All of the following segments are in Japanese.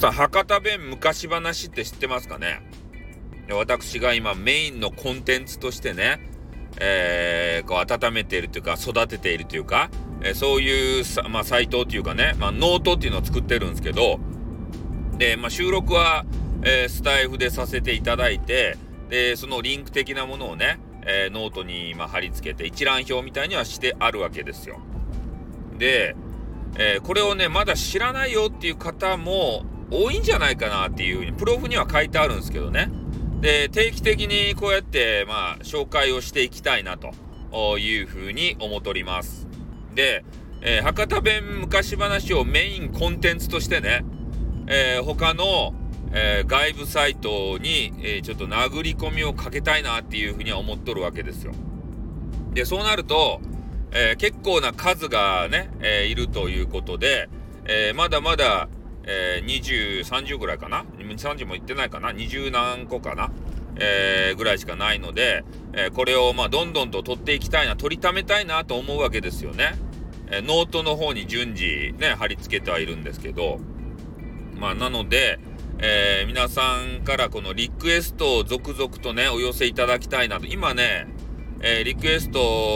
さん、博多弁昔話って知ってますかね？私が今メインのコンテンツとしてね、こう温めているというか育てているというか、そういうサイトというかね、ノートっていうのを作ってるんですけど、で、収録は、スタイフでさせていただいて、でそのリンク的なものをね、ノートに貼り付けて一覧表みたいにはしてあるわけですよ。で、これをねまだ知らないよっていう方も多いんじゃないかなっていうふうにプロフには書いてあるんですけどね。で、定期的にこうやって紹介をしていきたいなというふうに思っております。で、博多弁昔話をメインコンテンツとしてね、他の、外部サイトに、ちょっと殴り込みをかけたいなっていうふうには思っとるわけですよ。で、そうなると、結構な数がね、いるということで、まだまだ20、30ぐらいかな ?30 もいってないかな ?20 何個かなぐらいしかないので、これをどんどんと取っていきたいな、取りためたいなと思うわけですよね。ノートの方に順次ね、貼り付けてはいるんですけど、なので、皆さんからこのリクエストを続々とね、お寄せいただきたいなと。今ね、リクエスト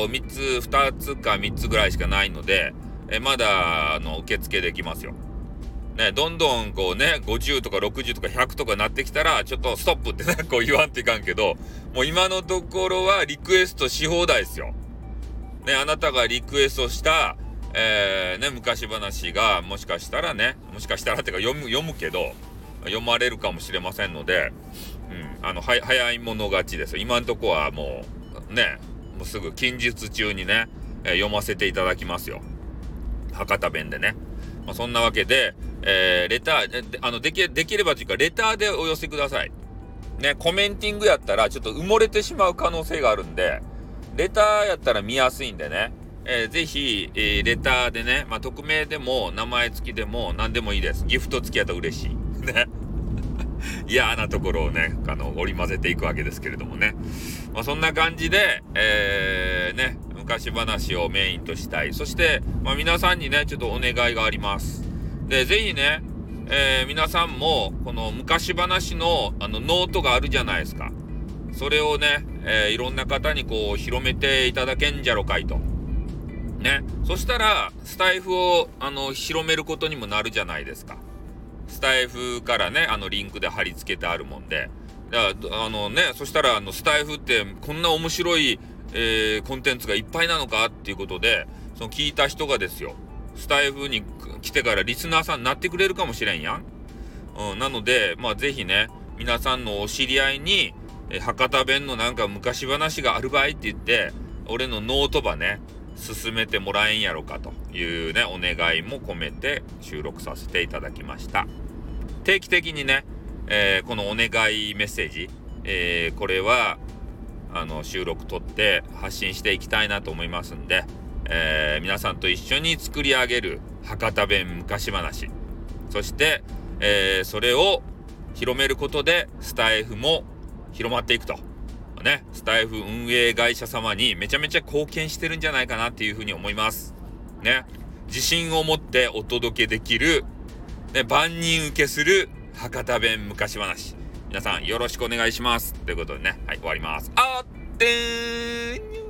2つか3つぐらいしかないので、まだ受付できますよ。ね、どんどんこうね、50とか60とか100とかなってきたら、ちょっとストップってね、こう言わんといかんけど、もう今のところはリクエストし放題ですよ。ね、あなたがリクエストした、昔話がもしかしたらっていうか読むけど、読まれるかもしれませんので、早い者勝ちです。今のところはもうすぐ近日中にね、読ませていただきますよ。博多弁でね。そんなわけで、レター、できればというか、レターでお寄せください。ね、コメンティングやったら、ちょっと埋もれてしまう可能性があるんで、レターやったら見やすいんでね、ぜひ、レターでね、匿名でも、名前付きでも、何でもいいです。ギフト付きやと嬉しい。ね。嫌なところをね、織り交ぜていくわけですけれどもね。そんな感じで、昔話をメインとしたい。そして、皆さんにね、ちょっとお願いがあります。で、ぜひね、皆さんも、この昔話の、ノートがあるじゃないですか。それをね、いろんな方にこう、広めていただけんじゃろかいと。ね。そしたら、スタイフを、広めることにもなるじゃないですか。スタイフからね、リンクで貼り付けてあるもんで。そしたら、スタイフってこんな面白い、コンテンツがいっぱいなのかっていうことで、その聞いた人がですよ、スタイフに来てからリスナーさんになってくれるかもしれんやん。なので、ぜひね、皆さんのお知り合いに、博多弁の昔話がある場合って言って、俺のノートばね、進めてもらえんやろかというね、お願いも込めて収録させていただきました。定期的にね、このお願いメッセージ、これは収録取って発信していきたいなと思いますんで、皆さんと一緒に作り上げる博多弁昔話、そして、それを広めることでスタイフも広まっていくとね、スタイフ運営会社様にめちゃめちゃ貢献してるんじゃないかなっていうふうに思いますね。自信を持ってお届けできる、ね、万人受けする博多弁昔話、皆さんよろしくお願いしますということでね、はい、終わります。あってーん。